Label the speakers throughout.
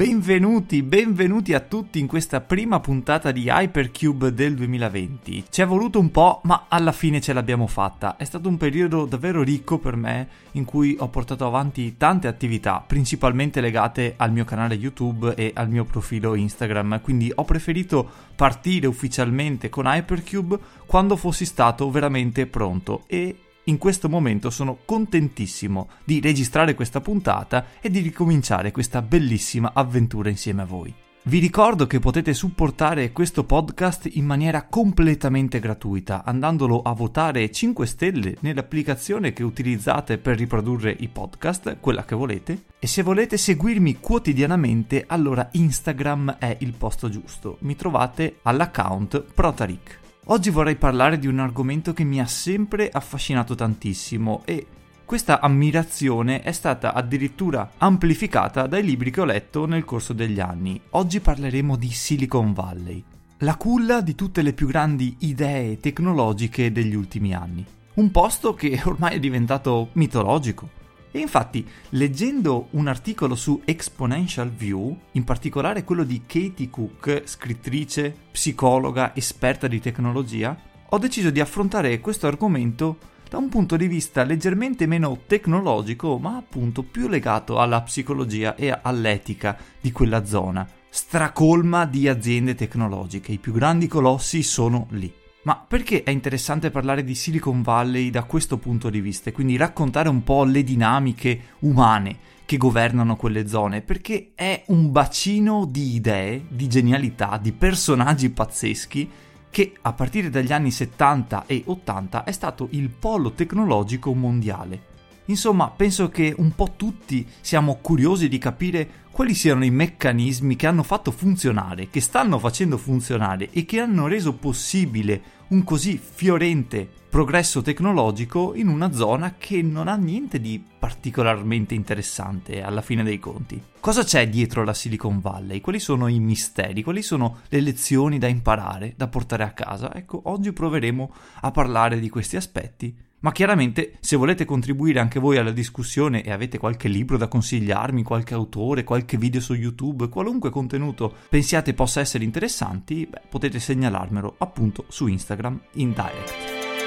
Speaker 1: Benvenuti a tutti in questa prima puntata di Hypercube del 2020. Ci è voluto un po', ma alla fine ce l'abbiamo fatta. È stato un periodo davvero ricco per me, in cui ho portato avanti tante attività, principalmente legate al mio canale YouTube e al mio profilo Instagram, quindi ho preferito partire ufficialmente con Hypercube quando fossi stato veramente pronto e in questo momento sono contentissimo di registrare questa puntata e di ricominciare questa bellissima avventura insieme a voi. Vi ricordo che potete supportare questo podcast in maniera completamente gratuita andandolo a votare 5 stelle nell'applicazione che utilizzate per riprodurre i podcast, quella che volete, e se volete seguirmi quotidianamente allora Instagram è il posto giusto. Mi trovate all'account Protaric. Oggi vorrei parlare di un argomento che mi ha sempre affascinato tantissimo e questa ammirazione è stata addirittura amplificata dai libri che ho letto nel corso degli anni. Oggi parleremo di Silicon Valley, la culla di tutte le più grandi idee tecnologiche degli ultimi anni. Un posto che ormai è diventato mitologico. E infatti, leggendo un articolo su Exponential View, in particolare quello di Katie Cook, scrittrice, psicologa, esperta di tecnologia, ho deciso di affrontare questo argomento da un punto di vista leggermente meno tecnologico, ma appunto più legato alla psicologia e all'etica di quella zona, stracolma di aziende tecnologiche. I più grandi colossi sono lì. Ma perché è interessante parlare di Silicon Valley da questo punto di vista e quindi raccontare un po' le dinamiche umane che governano quelle zone? Perché è un bacino di idee, di genialità, di personaggi pazzeschi che a partire dagli anni 70 e 80 è stato il polo tecnologico mondiale. Insomma, penso che un po' tutti siamo curiosi di capire quali siano i meccanismi che hanno fatto funzionare, che stanno facendo funzionare e che hanno reso possibile un così fiorente progresso tecnologico in una zona che non ha niente di particolarmente interessante alla fine dei conti. Cosa c'è dietro la Silicon Valley? Quali sono i misteri? Quali sono le lezioni da imparare, da portare a casa? Ecco, oggi proveremo a parlare di questi aspetti. Ma chiaramente, se volete contribuire anche voi alla discussione e avete qualche libro da consigliarmi, qualche autore, qualche video su YouTube, qualunque contenuto pensiate possa essere interessanti, potete segnalarmelo appunto su Instagram in direct.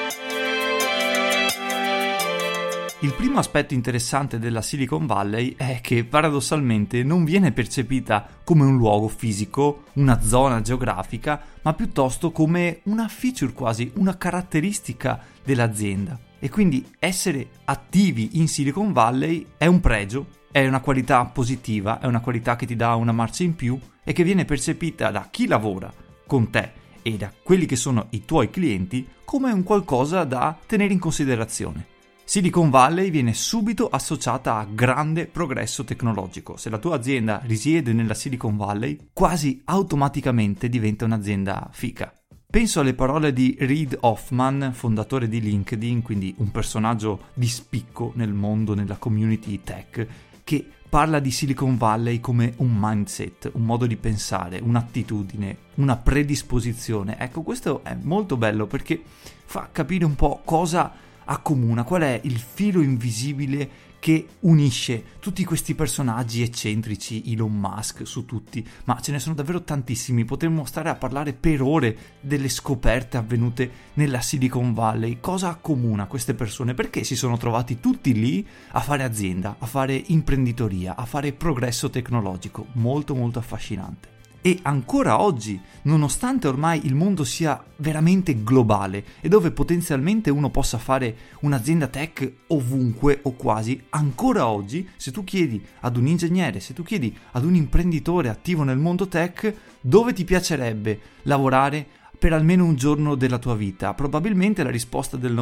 Speaker 1: Il primo aspetto interessante della Silicon Valley è che paradossalmente non viene percepita come un luogo fisico, una zona geografica, ma piuttosto come una feature quasi, una caratteristica dell'azienda. E quindi essere attivi in Silicon Valley è un pregio, è una qualità positiva, è una qualità che ti dà una marcia in più e che viene percepita da chi lavora con te e da quelli che sono i tuoi clienti come un qualcosa da tenere in considerazione. Silicon Valley viene subito associata a grande progresso tecnologico. Se la tua azienda risiede nella Silicon Valley, quasi automaticamente diventa un'azienda fica. Penso alle parole di Reid Hoffman, fondatore di LinkedIn, quindi un personaggio di spicco nel mondo, nella community tech, che parla di Silicon Valley come un mindset, un modo di pensare, un'attitudine, una predisposizione. Ecco, questo è molto bello perché fa capire un po' cosa accomuna, qual è il filo invisibile che unisce tutti questi personaggi eccentrici, Elon Musk su tutti, ma ce ne sono davvero tantissimi, potremmo stare a parlare per ore delle scoperte avvenute nella Silicon Valley. Cosa accomuna queste persone? Perché si sono trovati tutti lì a fare azienda, a fare imprenditoria, a fare progresso tecnologico? Molto molto affascinante. E ancora oggi, nonostante ormai il mondo sia veramente globale e dove potenzialmente uno possa fare un'azienda tech ovunque o quasi, ancora oggi, se tu chiedi ad un ingegnere, se tu chiedi ad un imprenditore attivo nel mondo tech dove ti piacerebbe lavorare per almeno un giorno della tua vita, probabilmente la risposta del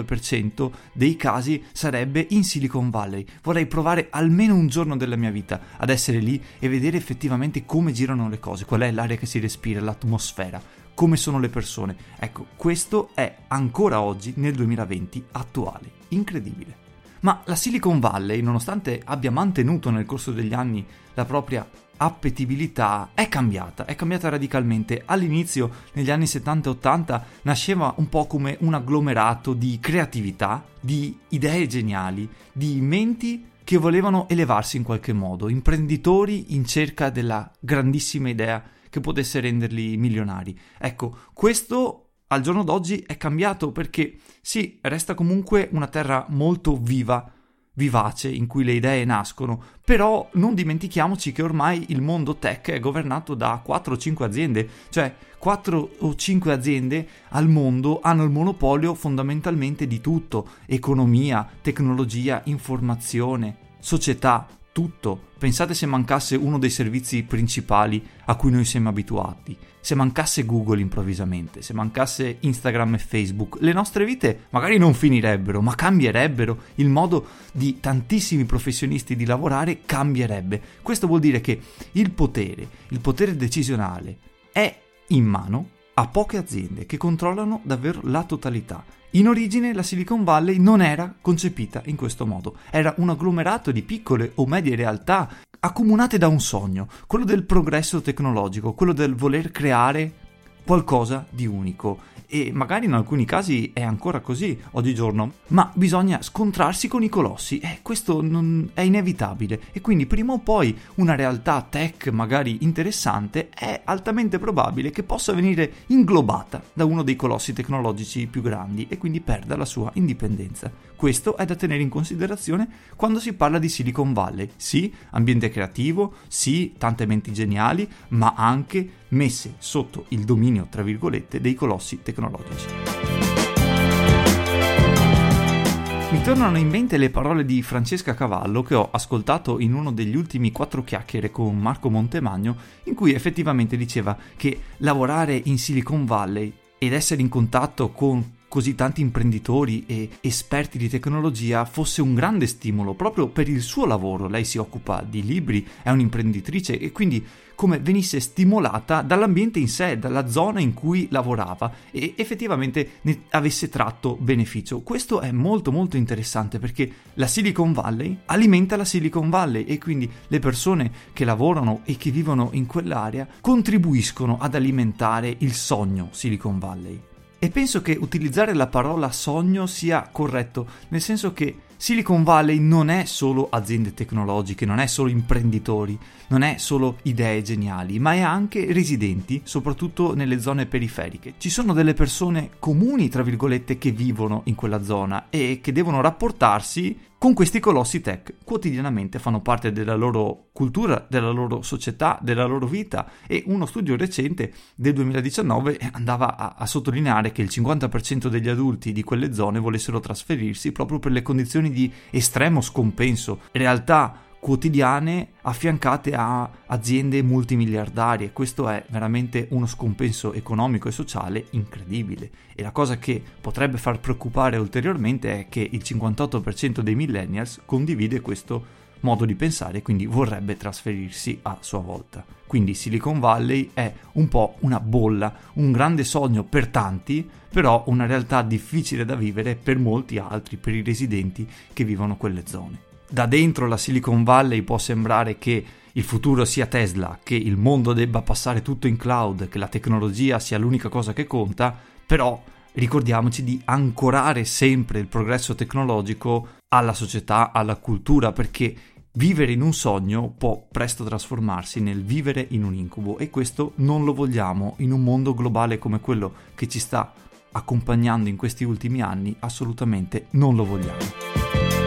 Speaker 1: 99% dei casi sarebbe in Silicon Valley. Vorrei provare almeno un giorno della mia vita ad essere lì e vedere effettivamente come girano le cose, qual è l'aria che si respira, l'atmosfera, come sono le persone. Ecco, questo è ancora oggi, nel 2020, attuale. Incredibile. Ma la Silicon Valley, nonostante abbia mantenuto nel corso degli anni la propria appetibilità, è cambiata radicalmente. All'inizio, negli anni 70 e 80, nasceva un po' come un agglomerato di creatività, di idee geniali, di menti che volevano elevarsi in qualche modo, imprenditori in cerca della grandissima idea che potesse renderli milionari. Ecco, questo al giorno d'oggi è cambiato perché sì, resta comunque una terra molto vivace in cui le idee nascono, però non dimentichiamoci che ormai il mondo tech è governato da 4 o 5 aziende, cioè 4 o 5 aziende al mondo hanno il monopolio fondamentalmente di tutto: economia, tecnologia, informazione, società, tutto. Pensate se mancasse uno dei servizi principali a cui noi siamo abituati, se mancasse Google improvvisamente, se mancasse Instagram e Facebook, le nostre vite magari non finirebbero, ma cambierebbero, il modo di tantissimi professionisti di lavorare cambierebbe. Questo vuol dire che il potere decisionale è in mano a poche aziende che controllano davvero la totalità. In origine la Silicon Valley non era concepita in questo modo, era un agglomerato di piccole o medie realtà accomunate da un sogno, quello del progresso tecnologico, quello del voler creare qualcosa di unico. E magari in alcuni casi è ancora così oggigiorno, ma bisogna scontrarsi con i colossi e questo non è inevitabile, e quindi prima o poi una realtà tech magari interessante è altamente probabile che possa venire inglobata da uno dei colossi tecnologici più grandi e quindi perda la sua indipendenza. Questo è da tenere in considerazione quando si parla di Silicon Valley. Sì, ambiente creativo, sì, tante menti geniali, ma anche messe sotto il dominio, tra virgolette, dei colossi tecnologici. Mi tornano in mente le parole di Francesca Cavallo che ho ascoltato in uno degli ultimi 4 chiacchiere con Marco Montemagno, in cui effettivamente diceva che lavorare in Silicon Valley ed essere in contatto con così tanti imprenditori e esperti di tecnologia fosse un grande stimolo proprio per il suo lavoro. Lei si occupa di libri, è un'imprenditrice e quindi come venisse stimolata dall'ambiente in sé, dalla zona in cui lavorava e effettivamente ne avesse tratto beneficio. Questo è molto molto interessante perché la Silicon Valley alimenta la Silicon Valley e quindi le persone che lavorano e che vivono in quell'area contribuiscono ad alimentare il sogno Silicon Valley. E penso che utilizzare la parola sogno sia corretto, nel senso che Silicon Valley non è solo aziende tecnologiche, non è solo imprenditori, non è solo idee geniali, ma è anche residenti, soprattutto nelle zone periferiche. Ci sono delle persone comuni, tra virgolette, che vivono in quella zona e che devono rapportarsi con questi colossi tech. Quotidianamente fanno parte della loro cultura, della loro società, della loro vita, e uno studio recente del 2019 andava a sottolineare che il 50% degli adulti di quelle zone volessero trasferirsi proprio per le condizioni di estremo scompenso, realtà quotidiane affiancate a aziende multimiliardarie. Questo è veramente uno scompenso economico e sociale incredibile, e la cosa che potrebbe far preoccupare ulteriormente è che il 58% dei millennials condivide questo modo di pensare e quindi vorrebbe trasferirsi a sua volta. Quindi Silicon Valley è un po' una bolla, un grande sogno per tanti, però una realtà difficile da vivere per molti altri, per i residenti che vivono quelle zone. Da dentro la Silicon Valley può sembrare che il futuro sia Tesla, che il mondo debba passare tutto in cloud, che la tecnologia sia l'unica cosa che conta, però ricordiamoci di ancorare sempre il progresso tecnologico alla società, alla cultura, perché vivere in un sogno può presto trasformarsi nel vivere in un incubo, e questo non lo vogliamo in un mondo globale come quello che ci sta accompagnando in questi ultimi anni. Assolutamente non lo vogliamo.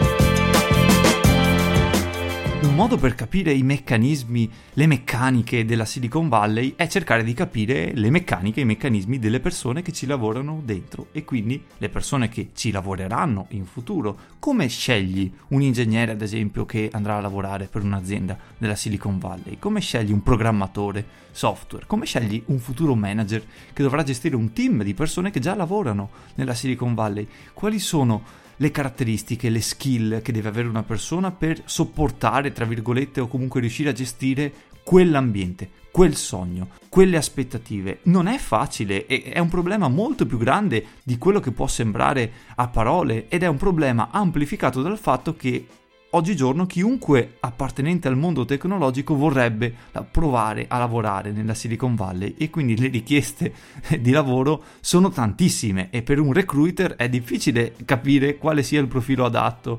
Speaker 1: Un modo per capire i meccanismi, le meccaniche della Silicon Valley è cercare di capire le meccaniche, i meccanismi delle persone che ci lavorano dentro, e quindi le persone che ci lavoreranno in futuro. Come scegli un ingegnere, ad esempio, che andrà a lavorare per un'azienda della Silicon Valley? Come scegli un programmatore software? Come scegli un futuro manager che dovrà gestire un team di persone che già lavorano nella Silicon Valley? Quali sono le caratteristiche, le skill che deve avere una persona per sopportare, tra virgolette, o comunque riuscire a gestire quell'ambiente, quel sogno, quelle aspettative? Non è facile, e è un problema molto più grande di quello che può sembrare a parole, ed è un problema amplificato dal fatto che oggigiorno chiunque appartenente al mondo tecnologico vorrebbe provare a lavorare nella Silicon Valley, e quindi le richieste di lavoro sono tantissime e per un recruiter è difficile capire quale sia il profilo adatto,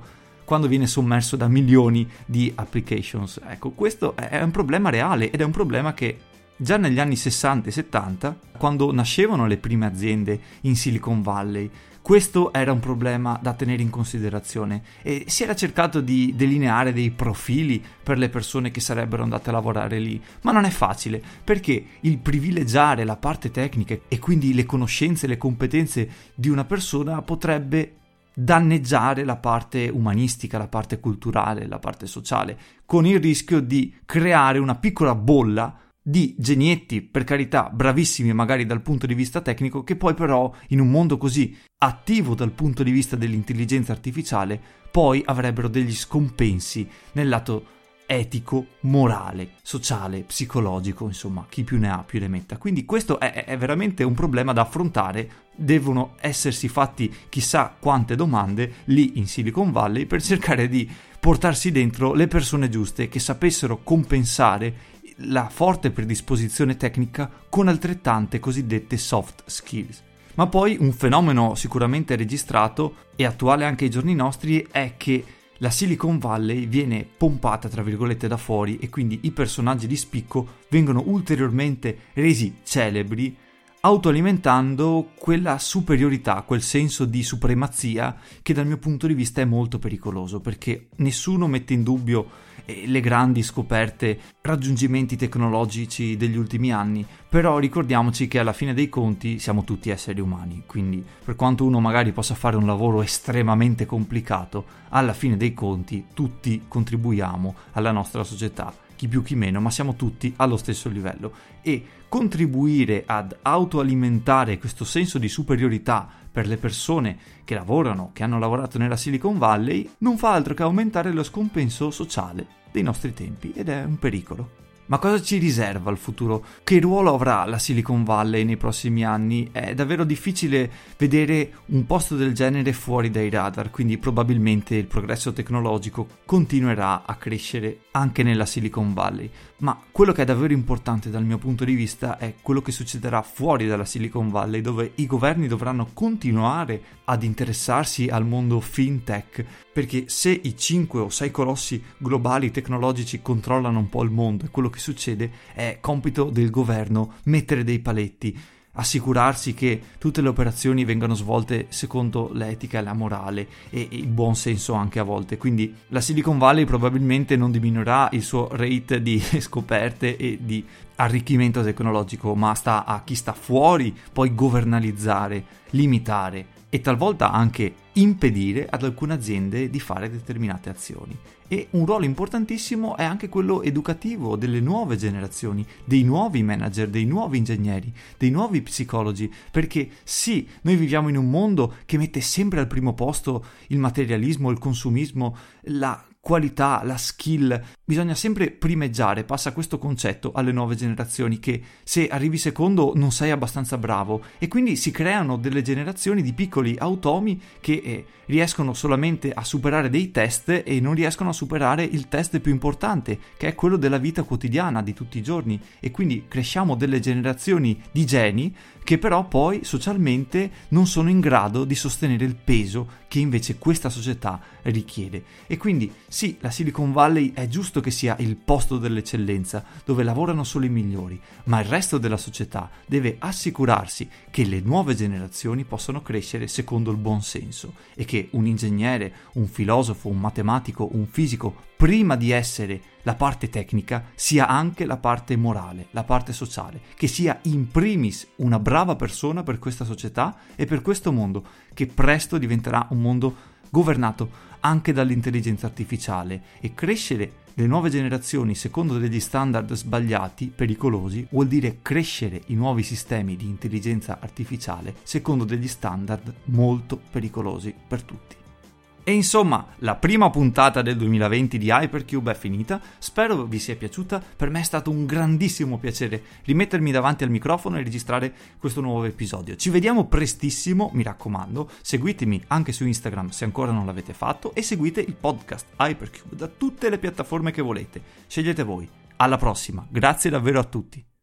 Speaker 1: quando viene sommerso da milioni di applications. Ecco, questo è un problema reale ed è un problema che già negli anni 60 e 70, quando nascevano le prime aziende in Silicon Valley, questo era un problema da tenere in considerazione e si era cercato di delineare dei profili per le persone che sarebbero andate a lavorare lì, ma non è facile, perché il privilegiare la parte tecnica e quindi le conoscenze e le competenze di una persona potrebbe danneggiare la parte umanistica, la parte culturale, la parte sociale, con il rischio di creare una piccola bolla di genietti, per carità, bravissimi magari dal punto di vista tecnico, che poi però in un mondo così attivo dal punto di vista dell'intelligenza artificiale poi avrebbero degli scompensi nel lato etico, morale, sociale, psicologico, insomma, chi più ne ha più ne metta. Quindi questo è veramente un problema da affrontare. Devono essersi fatti chissà quante domande lì in Silicon Valley per cercare di portarsi dentro le persone giuste che sapessero compensare la forte predisposizione tecnica con altrettante cosiddette soft skills. Ma poi un fenomeno sicuramente registrato e attuale anche ai giorni nostri è che la Silicon Valley viene pompata tra virgolette da fuori e quindi i personaggi di spicco vengono ulteriormente resi celebri, autoalimentando quella superiorità, quel senso di supremazia che dal mio punto di vista è molto pericoloso, perché nessuno mette in dubbio le grandi scoperte, raggiungimenti tecnologici degli ultimi anni, però ricordiamoci che alla fine dei conti siamo tutti esseri umani, quindi per quanto uno magari possa fare un lavoro estremamente complicato, alla fine dei conti tutti contribuiamo alla nostra società, chi più chi meno, ma siamo tutti allo stesso livello, e contribuire ad autoalimentare questo senso di superiorità per le persone che lavorano, che hanno lavorato nella Silicon Valley, non fa altro che aumentare lo scompenso sociale dei nostri tempi ed è un pericolo. Ma cosa ci riserva il futuro? Che ruolo avrà la Silicon Valley nei prossimi anni? È davvero difficile vedere un posto del genere fuori dai radar, quindi probabilmente il progresso tecnologico continuerà a crescere anche nella Silicon Valley. Ma quello che è davvero importante dal mio punto di vista è quello che succederà fuori dalla Silicon Valley, dove i governi dovranno continuare ad interessarsi al mondo fintech, perché se i 5 o 6 colossi globali tecnologici controllano un po' il mondo e quello che succede, è compito del governo mettere dei paletti, assicurarsi che tutte le operazioni vengano svolte secondo l'etica e la morale e il buon senso anche a volte. Quindi la Silicon Valley probabilmente non diminuirà il suo rate di scoperte e di arricchimento tecnologico, ma sta a chi sta fuori poi governalizzare, limitare e talvolta anche impedire ad alcune aziende di fare determinate azioni. E un ruolo importantissimo è anche quello educativo delle nuove generazioni, dei nuovi manager, dei nuovi ingegneri, dei nuovi psicologi, perché sì, noi viviamo in un mondo che mette sempre al primo posto il materialismo, il consumismo, la qualità, la skill. Bisogna sempre primeggiare, passa questo concetto alle nuove generazioni, che se arrivi secondo non sei abbastanza bravo, e quindi si creano delle generazioni di piccoli automi che riescono solamente a superare dei test e non riescono a superare il test più importante, che è quello della vita quotidiana di tutti i giorni, e quindi cresciamo delle generazioni di geni che però poi socialmente non sono in grado di sostenere il peso che invece questa società richiede. E quindi sì, la Silicon Valley è giusto che sia il posto dell'eccellenza, dove lavorano solo i migliori, ma il resto della società deve assicurarsi che le nuove generazioni possano crescere secondo il buon senso e che un ingegnere, un filosofo, un matematico, un fisico, prima di essere la parte tecnica, sia anche la parte morale, la parte sociale, che sia in primis una brava persona per questa società e per questo mondo, che presto diventerà un mondo governato anche dall'intelligenza artificiale. E crescere le nuove generazioni secondo degli standard sbagliati, pericolosi, vuol dire crescere i nuovi sistemi di intelligenza artificiale secondo degli standard molto pericolosi per tutti. E insomma, la prima puntata del 2020 di Hypercube è finita, spero vi sia piaciuta, per me è stato un grandissimo piacere rimettermi davanti al microfono e registrare questo nuovo episodio. Ci vediamo prestissimo, mi raccomando, seguitemi anche su Instagram se ancora non l'avete fatto e seguite il podcast Hypercube da tutte le piattaforme che volete, scegliete voi. Alla prossima, grazie davvero a tutti.